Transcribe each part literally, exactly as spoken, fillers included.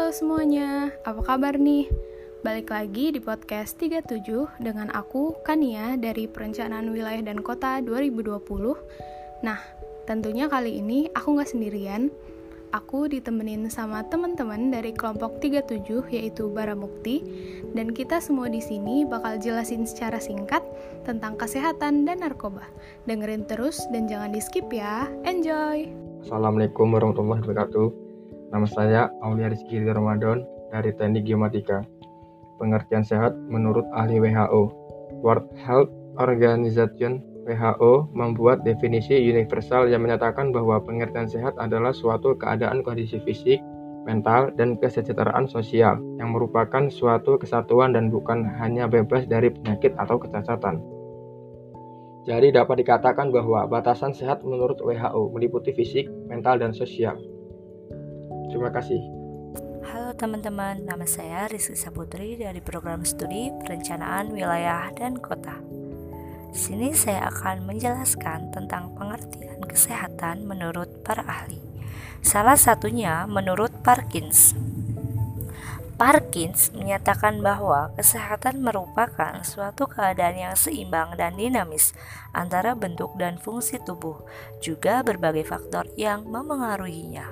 Halo semuanya, apa kabar nih? Balik lagi di podcast tiga puluh tujuh dengan aku, Kania, dari Perencanaan Wilayah dan Kota dua ribu dua puluh. Nah, tentunya kali ini aku gak sendirian. Aku ditemenin sama teman-teman dari kelompok tiga puluh tujuh, yaitu Baramukti. Dan kita semua di sini bakal jelasin secara singkat tentang kesehatan dan narkoba. Dengerin terus dan jangan di-skip ya. Enjoy! Assalamualaikum warahmatullahi wabarakatuh. Nama saya Aulia Rizky Ramadan dari Teknik Geomatika. Pengertian sehat menurut ahli W H O. World Health Organization W H O membuat definisi universal yang menyatakan bahwa pengertian sehat adalah suatu keadaan kondisi fisik, mental, dan kesejahteraan sosial yang merupakan suatu kesatuan dan bukan hanya bebas dari penyakit atau kecacatan. Jadi dapat dikatakan bahwa batasan sehat menurut W H O meliputi fisik, mental, dan sosial. Terima kasih. Halo teman-teman, nama saya Rizky Saputri dari program studi Perencanaan Wilayah dan Kota. Di sini saya akan menjelaskan tentang pengertian kesehatan menurut para ahli. Salah satunya menurut Parkins. Parkins menyatakan bahwa kesehatan merupakan suatu keadaan yang seimbang dan dinamis antara bentuk dan fungsi tubuh, juga berbagai faktor yang memengaruhinya.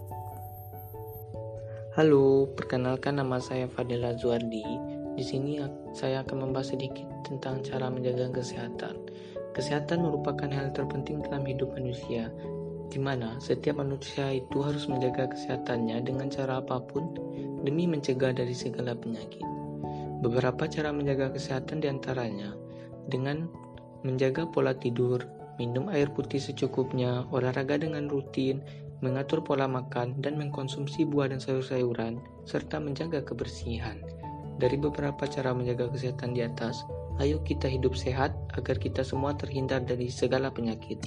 Halo, perkenalkan nama saya Fadila Zuardi. Di sini saya akan membahas sedikit tentang cara menjaga kesehatan. Kesehatan merupakan hal terpenting dalam hidup manusia, di mana setiap manusia itu harus menjaga kesehatannya dengan cara apapun demi mencegah dari segala penyakit. Beberapa cara menjaga kesehatan diantaranya dengan menjaga pola tidur, minum air putih secukupnya, olahraga dengan rutin, mengatur pola makan, dan mengkonsumsi buah dan sayur-sayuran, serta menjaga kebersihan. Dari beberapa cara menjaga kesehatan di atas, ayo kita hidup sehat agar kita semua terhindar dari segala penyakit.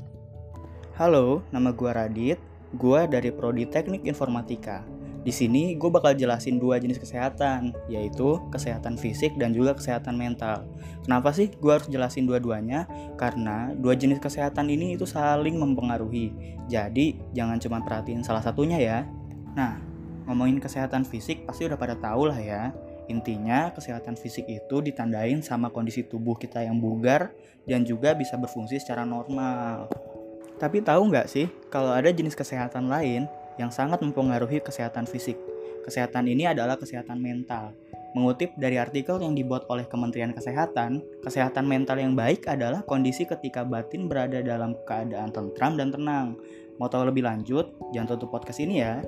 Halo, nama gue Radit, gue dari Prodi Teknik Informatika. Di sini gue bakal jelasin dua jenis kesehatan, yaitu kesehatan fisik dan juga kesehatan mental. Kenapa sih gue harus jelasin dua-duanya? Karena dua jenis kesehatan ini itu saling mempengaruhi. Jadi jangan cuma perhatiin salah satunya ya. Nah, ngomongin kesehatan fisik pasti udah pada tahu lah ya. Intinya kesehatan fisik itu ditandain sama kondisi tubuh kita yang bugar dan juga bisa berfungsi secara normal. Tapi tahu nggak sih kalau ada jenis kesehatan lain yang sangat mempengaruhi kesehatan fisik? Kesehatan ini adalah kesehatan mental. Mengutip dari artikel yang dibuat oleh Kementerian Kesehatan, kesehatan mental yang baik adalah kondisi ketika batin berada dalam keadaan tentram dan tenang. Mau tahu lebih lanjut? Jangan tutup podcast ini ya.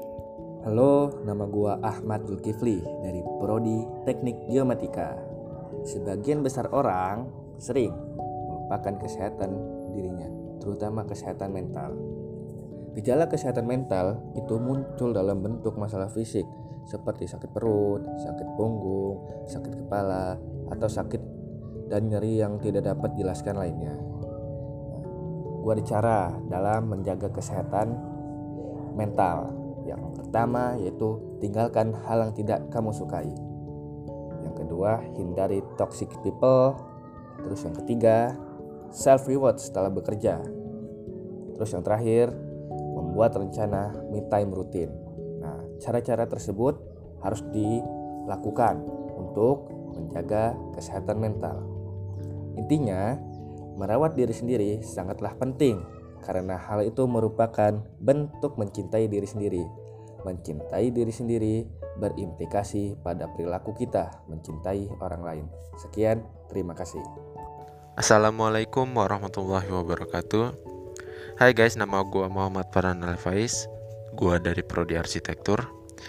Halo, nama gua Ahmad Zulkifli dari Prodi Teknik Geomatika. Sebagian besar orang sering melupakan kesehatan dirinya, terutama kesehatan mental. Gejala kesehatan mental itu muncul dalam bentuk masalah fisik seperti sakit perut, sakit punggung, sakit kepala, atau sakit dan nyeri yang tidak dapat dijelaskan lainnya. Nah, gua ada cara dalam menjaga kesehatan mental. Yang pertama yaitu tinggalkan hal yang tidak kamu sukai. Yang kedua, hindari toxic people. Terus yang ketiga, self reward setelah bekerja. Terus yang terakhir, membuat rencana me time rutin. Nah, cara-cara tersebut harus dilakukan untuk menjaga kesehatan mental. Intinya, merawat diri sendiri sangatlah penting karena hal itu merupakan bentuk mencintai diri sendiri. Mencintai diri sendiri berimplikasi pada perilaku kita mencintai orang lain. Sekian, terima kasih. Assalamualaikum warahmatullahi wabarakatuh. Hai guys, nama gue Muhammad Farhan Al-Faiz. Gue dari Prodi Arsitektur.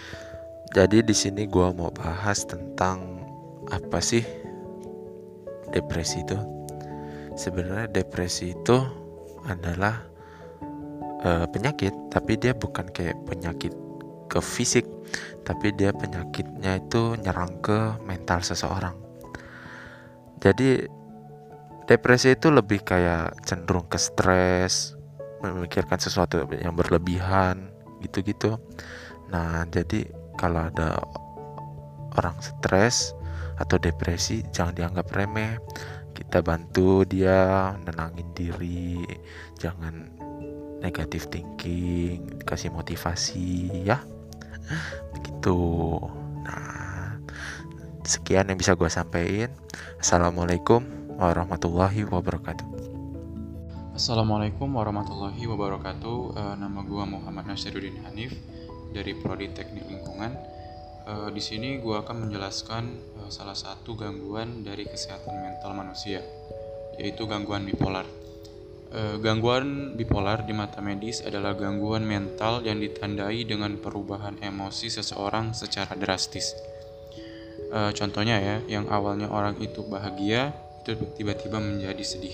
Jadi di sini gue mau bahas tentang apa sih depresi itu. Sebenarnya depresi itu adalah uh, penyakit, tapi dia bukan kayak penyakit ke fisik, tapi dia penyakitnya itu nyerang ke mental seseorang. Jadi depresi itu lebih kayak cenderung ke stres, memikirkan sesuatu yang berlebihan gitu-gitu. Nah, jadi kalau ada orang stres atau depresi jangan dianggap remeh. Kita bantu dia nenangin diri, jangan negative thinking, dikasih motivasi ya. Begitu. Nah, sekian yang bisa gue sampaikan. Assalamualaikum warahmatullahi wabarakatuh. Assalamualaikum warahmatullahi wabarakatuh. Uh, nama gue Muhammad Nasiruddin Hanif dari Prodi Teknik Lingkungan. Uh, di sini gue akan menjelaskan uh, salah satu gangguan dari kesehatan mental manusia, yaitu gangguan bipolar. Uh, gangguan bipolar di mata medis adalah gangguan mental yang ditandai dengan perubahan emosi seseorang secara drastis. Uh, contohnya ya, yang awalnya orang itu bahagia, itu tiba-tiba menjadi sedih.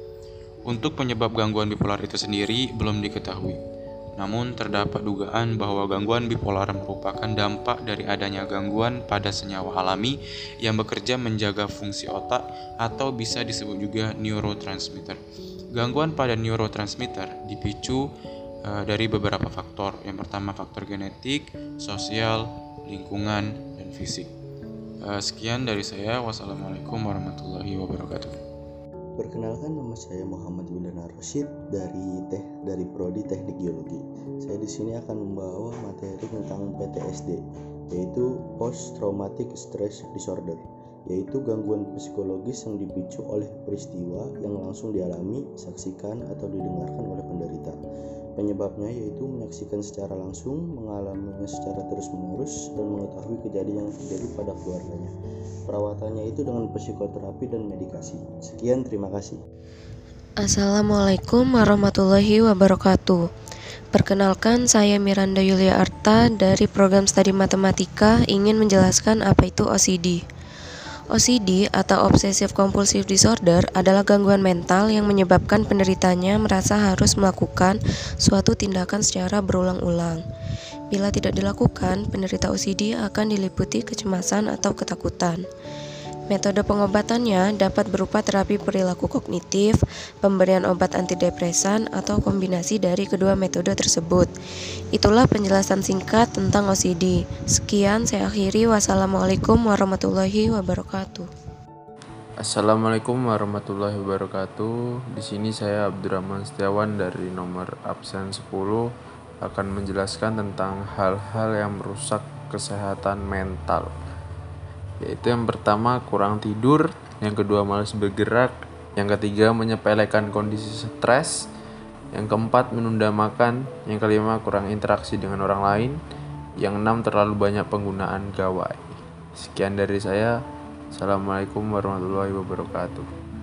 Untuk penyebab gangguan bipolar itu sendiri belum diketahui. Namun terdapat dugaan bahwa gangguan bipolar merupakan dampak dari adanya gangguan pada senyawa alami yang bekerja menjaga fungsi otak atau bisa disebut juga neurotransmitter. Gangguan pada neurotransmitter dipicu uh, dari beberapa faktor. Yang pertama faktor genetik, sosial, lingkungan, dan fisik. Uh, sekian dari saya. Wassalamualaikum warahmatullahi wabarakatuh. Perkenalkan, nama saya Muhammad Wildana Rosyid dari Teh dari Prodi Teknik Geologi. Saya di sini akan membawa materi tentang P T S D, yaitu Post Traumatic Stress Disorder, yaitu gangguan psikologis yang dipicu oleh peristiwa yang langsung dialami, saksikan atau didengarkan oleh penderita. Penyebabnya yaitu menyaksikan secara langsung, mengalaminya secara terus-menerus, dan mengetahui kejadian yang terjadi pada keluarganya. Perawatannya itu dengan psikoterapi dan medikasi. Sekian, terima kasih. Assalamualaikum warahmatullahi wabarakatuh. Perkenalkan, saya Miranda Yulia Arta dari Program Studi Matematika ingin menjelaskan apa itu O C D. O C D atau Obsessive Compulsive Disorder adalah gangguan mental yang menyebabkan penderitanya merasa harus melakukan suatu tindakan secara berulang-ulang. Bila tidak dilakukan, penderita O C D akan diliputi kecemasan atau ketakutan. Metode pengobatannya dapat berupa terapi perilaku kognitif, pemberian obat antidepresan, atau kombinasi dari kedua metode tersebut. Itulah penjelasan singkat tentang O C D. Sekian, saya akhiri. Wassalamualaikum warahmatullahi wabarakatuh. Assalamualaikum warahmatullahi wabarakatuh. Di sini saya Abdurrahman Setiawan dari nomor absen sepuluh akan menjelaskan tentang hal-hal yang merusak kesehatan mental. Yaitu yang pertama kurang tidur, yang kedua malas bergerak, yang ketiga menyepelekan kondisi stres, yang keempat menunda makan, yang kelima kurang interaksi dengan orang lain, yang enam terlalu banyak penggunaan gawai. Sekian dari saya. Assalamualaikum warahmatullahi wabarakatuh.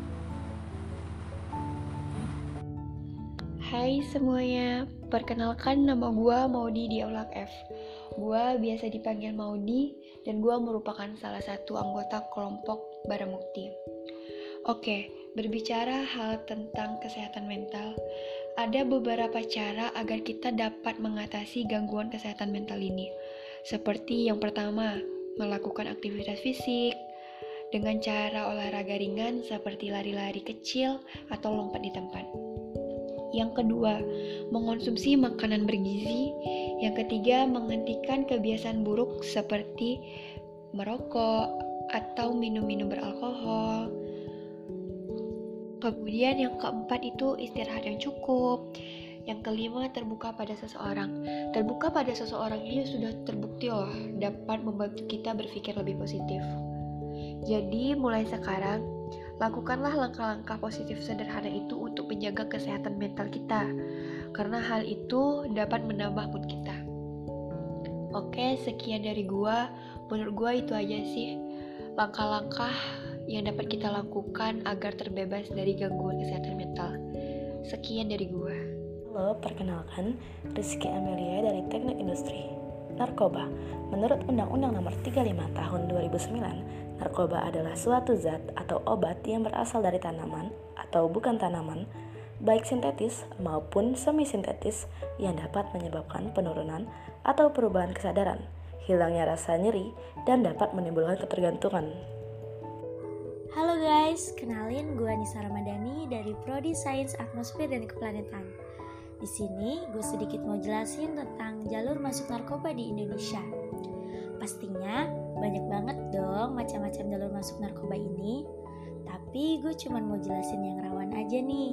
Hai semuanya, perkenalkan nama gue Maudi di Aulak F. Gue biasa dipanggil Maudi dan gue merupakan salah satu anggota kelompok Baramukti. Oke, berbicara hal tentang kesehatan mental, ada beberapa cara agar kita dapat mengatasi gangguan kesehatan mental ini. Seperti yang pertama, melakukan aktivitas fisik dengan cara olahraga ringan seperti lari-lari kecil atau lompat di tempat. Yang kedua, mengonsumsi makanan bergizi. Yang ketiga, menghentikan kebiasaan buruk seperti merokok atau minum-minum beralkohol. Kemudian yang keempat itu istirahat yang cukup. Yang kelima, terbuka pada seseorang. Terbuka pada seseorang ini sudah terbukti loh dapat membantu kita berpikir lebih positif. Jadi mulai sekarang, lakukanlah langkah-langkah positif sederhana itu untuk menjaga kesehatan mental kita, karena hal itu dapat menambah mood kita. Oke, sekian dari gua. Menurut gua itu aja sih langkah-langkah yang dapat kita lakukan agar terbebas dari gangguan kesehatan mental. Sekian dari gua. Halo, perkenalkan, Rizky Amelia dari Teknik Industri. Narkoba. Menurut Undang-Undang Nomor tiga puluh lima Tahun dua ribu sembilan, narkoba adalah suatu zat atau obat yang berasal dari tanaman atau bukan tanaman, baik sintetis maupun semi-sintetis, yang dapat menyebabkan penurunan atau perubahan kesadaran, hilangnya rasa nyeri, dan dapat menimbulkan ketergantungan. Halo guys, kenalin gue Nisa Ramadhani dari Prodi Sains Atmosfer dan Keplanetan. Di sini gue sedikit mau jelasin tentang jalur masuk narkoba di Indonesia. Pastinya banyak banget dong macam-macam jalur masuk narkoba ini, tapi gue cuma mau jelasin yang rawan aja nih.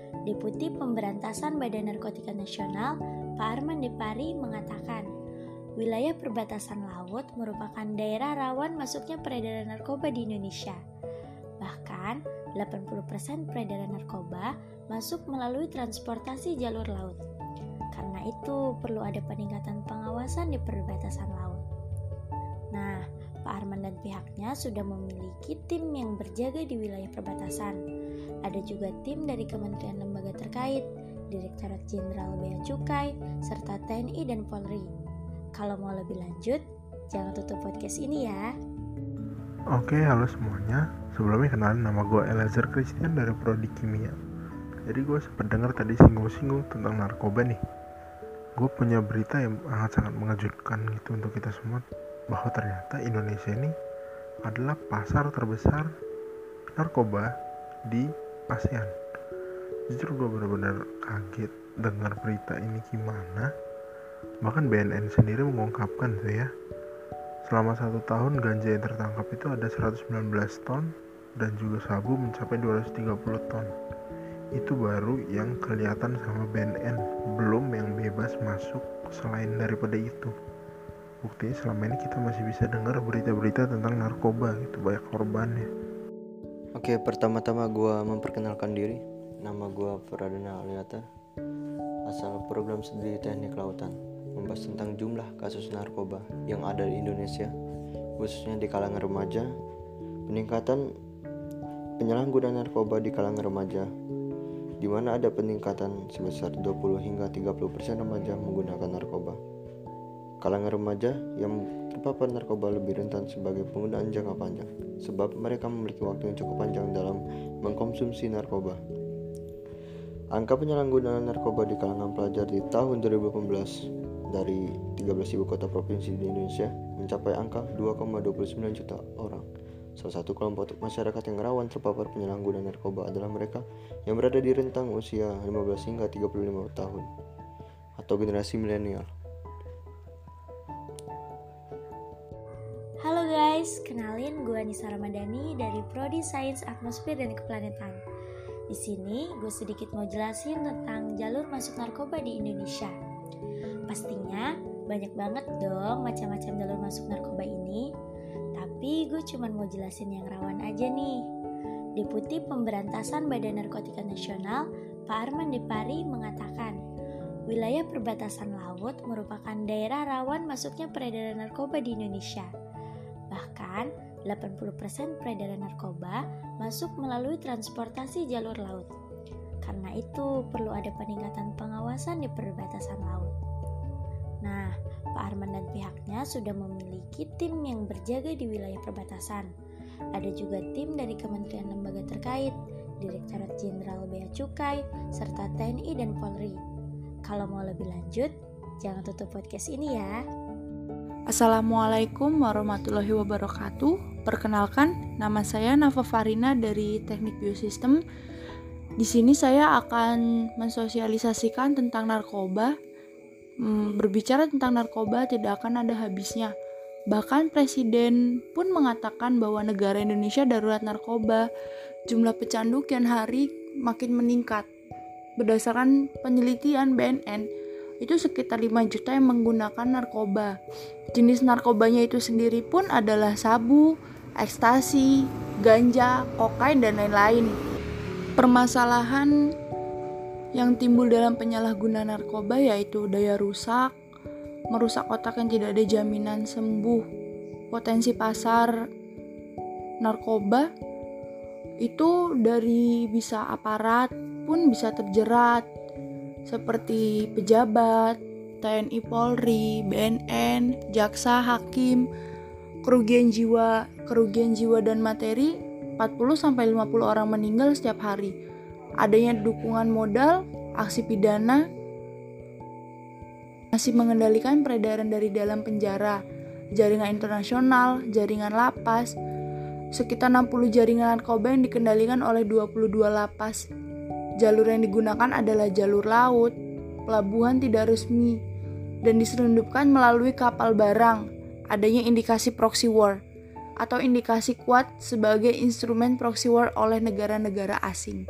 Deputi Pemberantasan Badan Narkotika Nasional, Pak Arman Depari mengatakan, wilayah perbatasan laut merupakan daerah rawan masuknya peredaran narkoba di Indonesia. Bahkan, delapan puluh persen peredaran narkoba masuk melalui transportasi jalur laut. Karena itu, perlu ada peningkatan pengawasan di perbatasan laut. Nah, Pak Arman dan pihaknya sudah memiliki tim yang berjaga di wilayah perbatasan. Ada juga tim dari kementerian lembaga terkait, Direktorat Jenderal Bea Cukai, serta T N I dan Polri. Kalau mau lebih lanjut, jangan tutup podcast ini ya. Oke, halo semuanya. Sebelumnya kenalin, nama gue Elazar Christian dari Prodi Kimia. Jadi gue sempat dengar tadi singgung-singgung tentang narkoba nih. Gue punya berita yang sangat-sangat mengejutkan gitu untuk kita semua, bahwa ternyata Indonesia ini adalah pasar terbesar narkoba di ASEAN. Jujur gue benar-benar kaget dengar berita ini gimana. Bahkan B N N sendiri mengungkapkan tuh ya, selama satu tahun ganja yang tertangkap itu ada seratus sembilan belas ton dan juga sabu mencapai dua ratus tiga puluh ton. Itu baru yang kelihatan sama B N N, belum yang bebas masuk selain daripada itu. Buktinya selama ini kita masih bisa dengar berita-berita tentang narkoba gitu, banyak korbannya. Oke, pertama-tama gue memperkenalkan diri. Nama gue Pradana Aliata, asal program studi teknik lautan, membahas tentang jumlah kasus narkoba yang ada di Indonesia, khususnya di kalangan remaja, peningkatan penyalahgunaan narkoba di kalangan remaja, di mana ada peningkatan sebesar dua puluh hingga tiga puluh persen remaja menggunakan narkoba. Kalangan remaja yang terpapar narkoba lebih rentan sebagai penggunaan jangka panjang, sebab mereka memiliki waktu yang cukup panjang dalam mengkonsumsi narkoba. Angka penyalahgunaan narkoba di kalangan pelajar di tahun dua ribu delapan belas dari tiga belas ibu kota provinsi di Indonesia mencapai angka dua koma dua puluh sembilan juta orang. Salah satu kelompok masyarakat yang rawan terpapar penyalahgunaan narkoba adalah mereka yang berada di rentang usia lima belas hingga tiga puluh lima tahun atau generasi milenial. Halo guys, kenalin gue Nisa Ramadhani dari Prodi Sains Atmosfer dan Keplanetan. Di sini gue sedikit mau jelasin tentang jalur masuk narkoba di Indonesia. Pastinya banyak banget dong macam-macam jalur masuk narkoba ini. Tapi gue cuma mau jelasin yang rawan aja nih. Deputi Pemberantasan Badan Narkotika Nasional, Pak Arman Depari mengatakan, wilayah perbatasan laut merupakan daerah rawan masuknya peredaran narkoba di Indonesia. Bahkan, delapan puluh persen peredaran narkoba masuk melalui transportasi jalur laut. Karena itu, perlu ada peningkatan pengawasan di perbatasan laut. Nah, Pak Arman dan pihaknya sudah memiliki tim yang berjaga di wilayah perbatasan. Ada juga tim dari kementerian lembaga terkait, Direktorat Jenderal Bea Cukai, serta T N I dan Polri. Kalau mau lebih lanjut, jangan tutup podcast ini ya. Assalamualaikum warahmatullahi wabarakatuh. Perkenalkan, nama saya Nafa Farina dari Teknik Biosistem. Di sini saya akan mensosialisasikan tentang narkoba. Hmm, berbicara tentang narkoba tidak akan ada habisnya. Bahkan Presiden pun mengatakan bahwa negara Indonesia darurat narkoba. Jumlah pecandu kian hari makin meningkat. Berdasarkan penelitian B N N, itu sekitar lima juta yang menggunakan narkoba. Jenis narkobanya itu sendiri pun adalah sabu, ekstasi, ganja, kokain, dan lain-lain. Permasalahan yang timbul dalam penyalahgunaan narkoba yaitu daya rusak, merusak otak yang tidak ada jaminan sembuh. Potensi pasar narkoba itu dari bisa aparat pun bisa terjerat, seperti pejabat, T N I Polri, B N N, jaksa, hakim. Kerugian jiwa, kerugian jiwa dan materi empat puluh sampai lima puluh orang meninggal setiap hari. Adanya dukungan modal, aksi pidana masih mengendalikan peredaran dari dalam penjara, jaringan internasional, jaringan lapas. Sekitar enam puluh jaringan narkoba yang dikendalikan oleh dua puluh dua lapas. Jalur yang digunakan adalah jalur laut, pelabuhan tidak resmi, dan diselundupkan melalui kapal barang. Adanya indikasi proxy war atau indikasi kuat sebagai instrumen proxy war oleh negara-negara asing.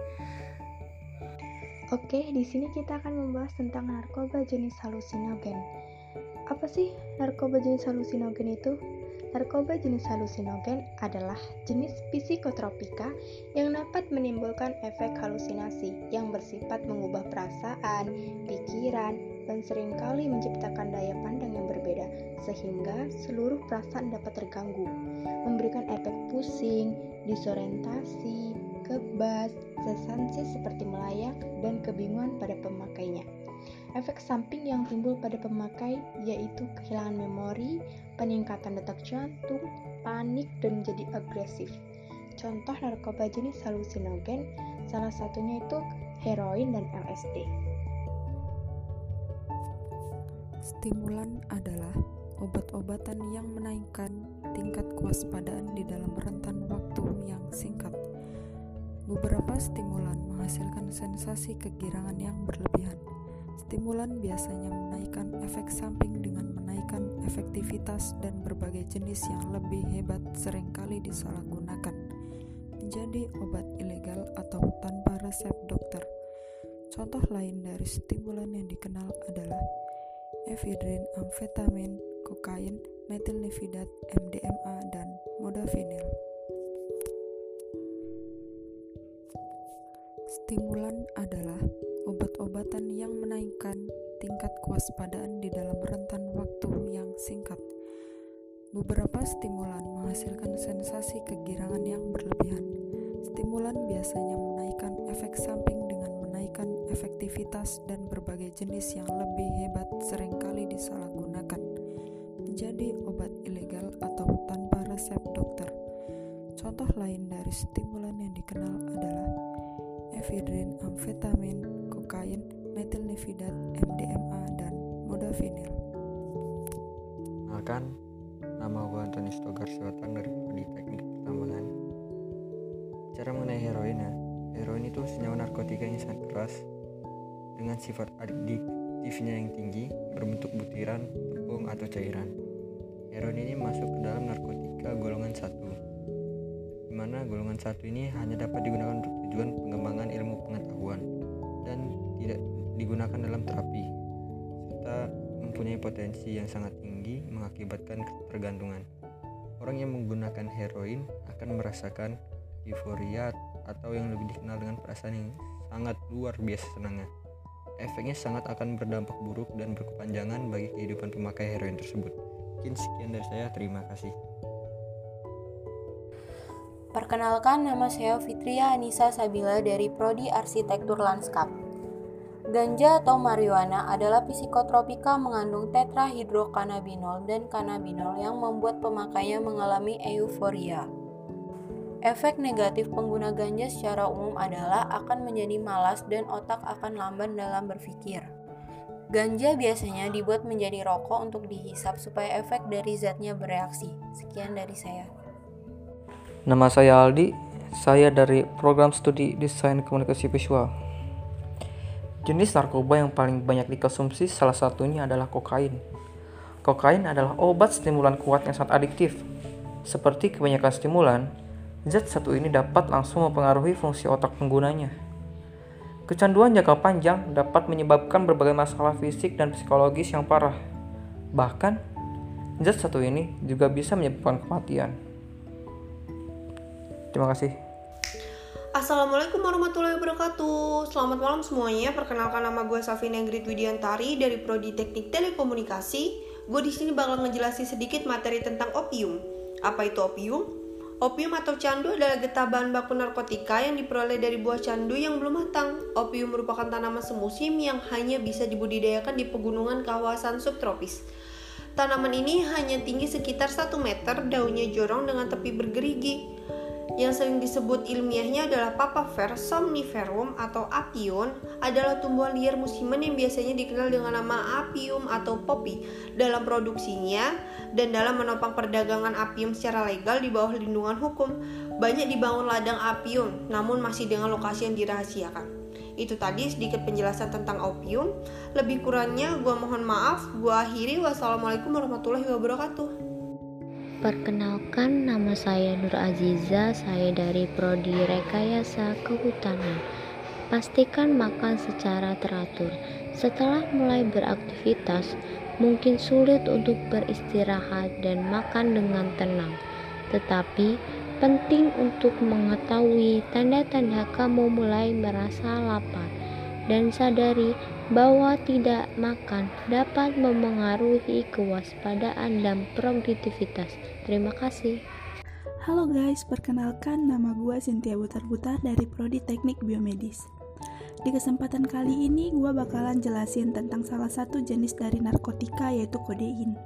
Oke, di sini kita akan membahas tentang narkoba jenis halusinogen. Apa sih narkoba jenis halusinogen itu? Narkoba jenis halusinogen adalah jenis psikotropika yang dapat menimbulkan efek halusinasi yang bersifat mengubah perasaan, pikiran, dan seringkali menciptakan daya pandang yang berbeda sehingga seluruh perasaan dapat terganggu, memberikan efek pusing, disorientasi, kebas, sesansi seperti melayang, dan kebingungan pada pemakainya. Efek samping yang timbul pada pemakai yaitu kehilangan memori, peningkatan detak jantung, panik, dan menjadi agresif. Contoh narkoba jenis halusinogen, salah satunya itu heroin dan L S D. Stimulan adalah obat-obatan yang menaikkan tingkat kewaspadaan di dalam rentan waktu yang singkat. Beberapa stimulan menghasilkan sensasi kegirangan yang berlebihan. Stimulan biasanya menaikkan efek samping dengan menaikkan efektivitas dan berbagai jenis yang lebih hebat seringkali disalahgunakan menjadi obat ilegal atau tanpa resep dokter. Contoh lain dari stimulan yang dikenal adalah efedrin, amfetamin, kokain, metilnifidat, M D M A, dan modafinil. Stimulan adalah obat-obatan yang menaikkan tingkat kewaspadaan di dalam rentan waktu yang singkat. Beberapa stimulan menghasilkan sensasi kegirangan yang berlebihan. Stimulan biasanya menaikkan efek samping dengan menaikkan efektivitas dan berbagai jenis yang lebih hebat seringkali disalahgunakan menjadi obat ilegal atau tanpa resep dokter. Contoh lain dari stimulan yang dikenal adalah efedrin, amfetamin, kokain, metilnifidat, M D M A, dan modafinil. Kenalkan, nama gue Antonius Togar Siwatang dari Prodi Teknik Pertambangan. Cara mengenai heroin, ya. Heroin itu senyawa narkotika yang sangat keras dengan sifat adiktifnya yang tinggi, berbentuk butiran, tepung, atau cairan. Heroin ini masuk ke dalam narkotika golongan satu, di mana golongan satu ini hanya dapat digunakan untuk tujuan pengembangan ilmu pengetahuan dan tidak digunakan dalam terapi, serta mempunyai potensi yang sangat tinggi mengakibatkan ketergantungan. Orang yang menggunakan heroin akan merasakan euforia atau yang lebih dikenal dengan perasaan yang sangat luar biasa senangnya. Efeknya sangat akan berdampak buruk dan berkepanjangan bagi kehidupan pemakai heroin tersebut. Mungkin sekian dari saya, terima kasih. Perkenalkan, nama saya Fitria Anissa Sabila dari Prodi Arsitektur Lanskap. Ganja atau marijuana adalah psikotropika mengandung tetrahidrokannabinol dan kannabinol yang membuat pemakainya mengalami euforia. Efek negatif pengguna ganja secara umum adalah akan menjadi malas dan otak akan lamban dalam berpikir. Ganja biasanya dibuat menjadi rokok untuk dihisap supaya efek dari zatnya bereaksi. Sekian dari saya. Nama saya Aldi, saya dari program studi Desain Komunikasi Visual. Jenis narkoba yang paling banyak dikonsumsi salah satunya adalah kokain. Kokain adalah obat stimulan kuat yang sangat adiktif. Seperti kebanyakan stimulan, zat satu ini dapat langsung mempengaruhi fungsi otak penggunanya. Kecanduan jangka panjang dapat menyebabkan berbagai masalah fisik dan psikologis yang parah. Bahkan, zat satu ini juga bisa menyebabkan kematian. Terima kasih. Assalamualaikum warahmatullahi wabarakatuh. Selamat malam semuanya. Perkenalkan, nama gue Safina Ingrid Widiantari dari Prodi Teknik Telekomunikasi. Gue di sini bakal ngejelasin sedikit materi tentang opium. Apa itu opium? Opium atau candu adalah getah bahan baku narkotika yang diperoleh dari buah candu yang belum matang. Opium merupakan tanaman semusim yang hanya bisa dibudidayakan di pegunungan kawasan subtropis. Tanaman ini hanya tinggi sekitar satu meter, daunnya jorong dengan tepi bergerigi. Yang sering disebut ilmiahnya adalah Papaver somniferum atau apion, adalah tumbuhan liar musiman yang biasanya dikenal dengan nama apium atau poppy dalam produksinya dan dalam menopang perdagangan apium secara legal di bawah lindungan hukum. Banyak dibangun ladang apium, namun masih dengan lokasi yang dirahasiakan. Itu tadi sedikit penjelasan tentang opium. Lebih kurangnya gua mohon maaf. Gua akhiri. Wassalamualaikum warahmatullahi wabarakatuh. Perkenalkan, nama saya Nur Aziza, saya dari Prodi Rekayasa Kehutanan. Pastikan makan secara teratur. Setelah mulai beraktivitas, mungkin sulit untuk beristirahat dan makan dengan tenang. Tetapi penting untuk mengetahui tanda-tanda kamu mulai merasa lapar dan sadari bahwa tidak makan dapat memengaruhi kewaspadaan dan produktivitas. Terima kasih. Halo guys, perkenalkan nama gue Cynthia Butar-Butar dari Prodi Teknik Biomedis. Di kesempatan kali ini gue bakalan jelasin tentang salah satu jenis dari narkotika yaitu kodein.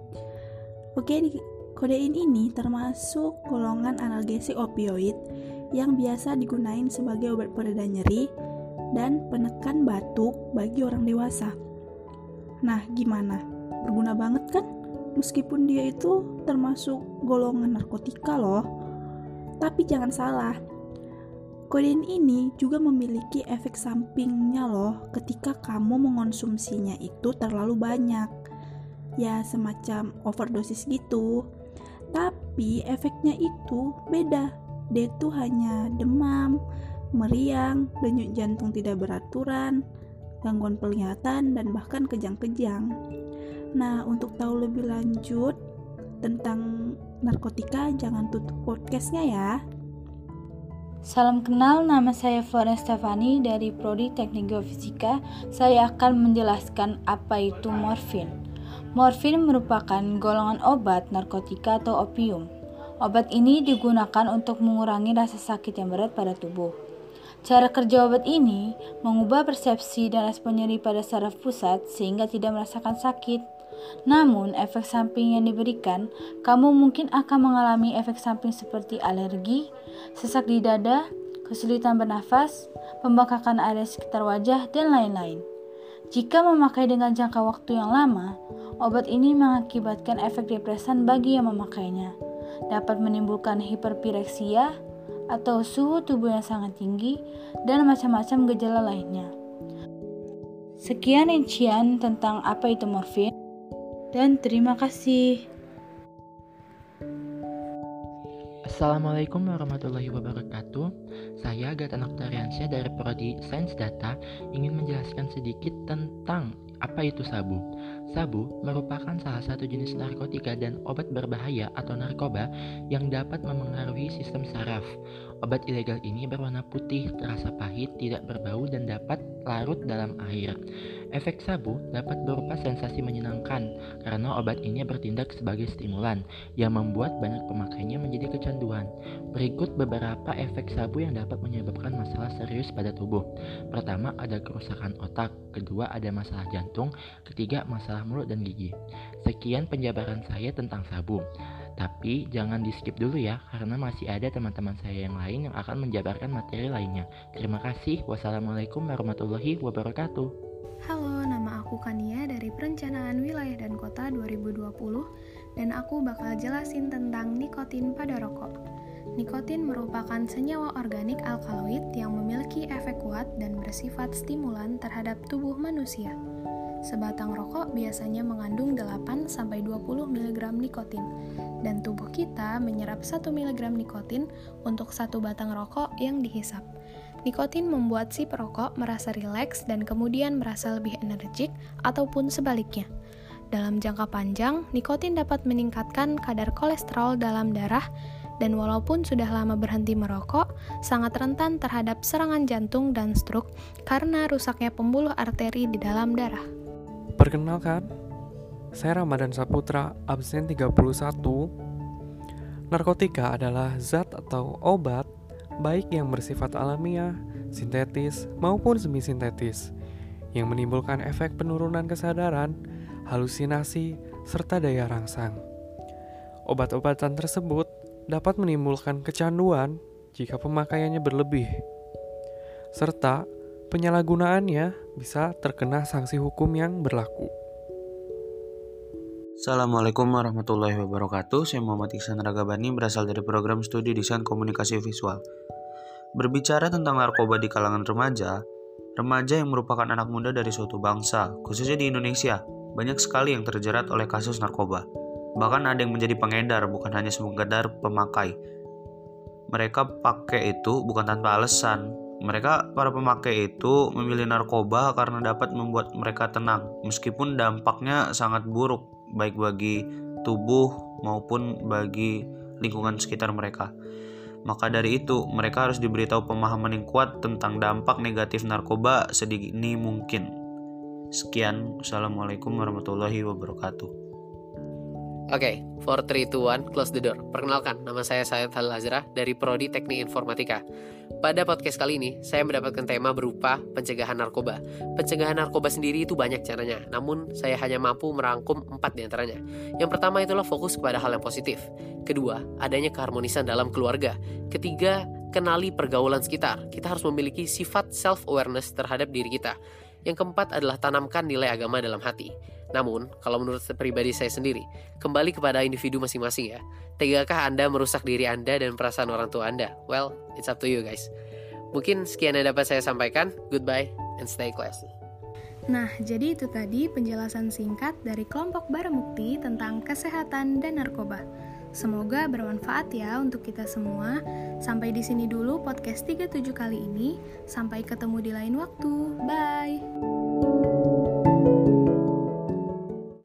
Oke, di kodein ini termasuk golongan analgesik opioid yang biasa digunain sebagai obat pereda nyeri dan penekan batuk bagi orang dewasa. Nah, gimana? Berguna banget kan? Meskipun dia itu termasuk golongan narkotika loh. Tapi jangan salah, kodein ini juga memiliki efek sampingnya loh ketika kamu mengonsumsinya itu terlalu banyak. Ya, semacam overdosis gitu. Tapi efeknya itu beda. Dia tuh hanya demam, meriang, denyut jantung tidak beraturan, gangguan penglihatan, dan bahkan kejang-kejang. Nah, untuk tahu lebih lanjut tentang narkotika, jangan tutup podcastnya ya. Salam kenal, nama saya Florence Stefani dari Prodi Teknik Geofisika. Saya akan menjelaskan apa itu morfin. Morfin merupakan golongan obat narkotika atau opium. Obat ini digunakan untuk mengurangi rasa sakit yang berat pada tubuh. Cara kerja obat ini mengubah persepsi dan respon nyeri pada saraf pusat sehingga tidak merasakan sakit. Namun, efek samping yang diberikan, kamu mungkin akan mengalami efek samping seperti alergi, sesak di dada, kesulitan bernafas, pembengkakan area sekitar wajah, dan lain-lain. Jika memakai dengan jangka waktu yang lama, obat ini mengakibatkan efek depresan bagi yang memakainya. Dapat menimbulkan hiperpireksia atau suhu tubuh yang sangat tinggi dan macam-macam gejala lainnya. Sekian rincian tentang apa itu morfin, dan terima kasih. Assalamualaikum warahmatullahi wabarakatuh. Saya Agatha Noktariansyah dari Prodi Sains Data ingin menjelaskan sedikit tentang apa itu sabu. Sabu merupakan salah satu jenis narkotika dan obat berbahaya atau narkoba yang dapat memengaruhi sistem saraf. Obat ilegal ini berwarna putih, terasa pahit, tidak berbau, dan dapat larut dalam air. Efek sabu dapat berupa sensasi menyenangkan karena obat ini bertindak sebagai stimulan yang membuat banyak pemakainya menjadi kecanduan. Berikut beberapa efek sabu yang dapat menyebabkan masalah serius pada tubuh. Pertama, ada kerusakan otak. Kedua, ada masalah jantung. Ketiga, masalah mulut dan gigi. Sekian penjabaran saya tentang sabu. Tapi jangan di skip dulu ya, karena masih ada teman-teman saya yang lain yang akan menjabarkan materi lainnya. Terima kasih. Wassalamualaikum warahmatullahi wabarakatuh. Halo, nama aku Kania dari Perencanaan Wilayah dan Kota dua ribu dua puluh, dan aku bakal jelasin tentang nikotin pada rokok. Nikotin merupakan senyawa organik alkaloid yang memiliki efek kuat dan bersifat stimulan terhadap tubuh manusia. Sebatang rokok biasanya mengandung delapan sampai dua puluh miligram nikotin, dan tubuh kita menyerap satu miligram nikotin untuk satu batang rokok yang dihisap. Nikotin membuat si perokok merasa rileks dan kemudian merasa lebih energik ataupun sebaliknya. Dalam jangka panjang, nikotin dapat meningkatkan kadar kolesterol dalam darah, dan walaupun sudah lama berhenti merokok, sangat rentan terhadap serangan jantung dan stroke karena rusaknya pembuluh arteri di dalam darah. Perkenalkan, saya Ramadan Saputra, absen tiga puluh satu. Narkotika adalah zat atau obat, baik yang bersifat alamiah, sintetis, maupun semi-sintetis, yang menimbulkan efek penurunan kesadaran, halusinasi, serta daya rangsang. Obat-obatan tersebut dapat menimbulkan kecanduan jika pemakaiannya berlebih, serta penyalahgunaannya bisa terkena sanksi hukum yang berlaku. Assalamualaikum warahmatullahi wabarakatuh. Saya Muhammad Iksan Ragabani, berasal dari program studi Desain Komunikasi Visual. Berbicara tentang narkoba di kalangan remaja, remaja yang merupakan anak muda dari suatu bangsa, khususnya di Indonesia, banyak sekali yang terjerat oleh kasus narkoba. Bahkan ada yang menjadi pengedar, bukan hanya sekedar pemakai. Mereka pakai itu bukan tanpa alasan. Mereka, para pemakai itu memilih narkoba karena dapat membuat mereka tenang, meskipun dampaknya sangat buruk, baik bagi tubuh maupun bagi lingkungan sekitar mereka. Maka dari itu, mereka harus diberitahu pemahaman yang kuat tentang dampak negatif narkoba sedini mungkin. Sekian, Assalamualaikum warahmatullahi wabarakatuh. Oke, okay, four, three, two, one, close the door. Perkenalkan, nama saya Syed Halil Azra dari Prodi Teknik Informatika. Pada podcast kali ini, saya mendapatkan tema berupa pencegahan narkoba. Pencegahan narkoba sendiri itu banyak caranya, namun saya hanya mampu merangkum empat diantaranya. Yang pertama itulah fokus kepada hal yang positif. Kedua, adanya keharmonisan dalam keluarga. Ketiga, kenali pergaulan sekitar. Kita harus memiliki sifat self-awareness terhadap diri kita. Yang keempat adalah tanamkan nilai agama dalam hati. Namun, kalau menurut pribadi saya sendiri, kembali kepada individu masing-masing ya. Tegakah Anda merusak diri Anda dan perasaan orang tua Anda? Well, it's up to you guys. Mungkin sekian yang dapat saya sampaikan. Goodbye and stay classy. Nah, jadi itu tadi penjelasan singkat dari kelompok Baramukti tentang kesehatan dan narkoba. Semoga bermanfaat ya untuk kita semua. Sampai di sini dulu podcast tiga puluh tujuh kali ini. Sampai ketemu di lain waktu. Bye.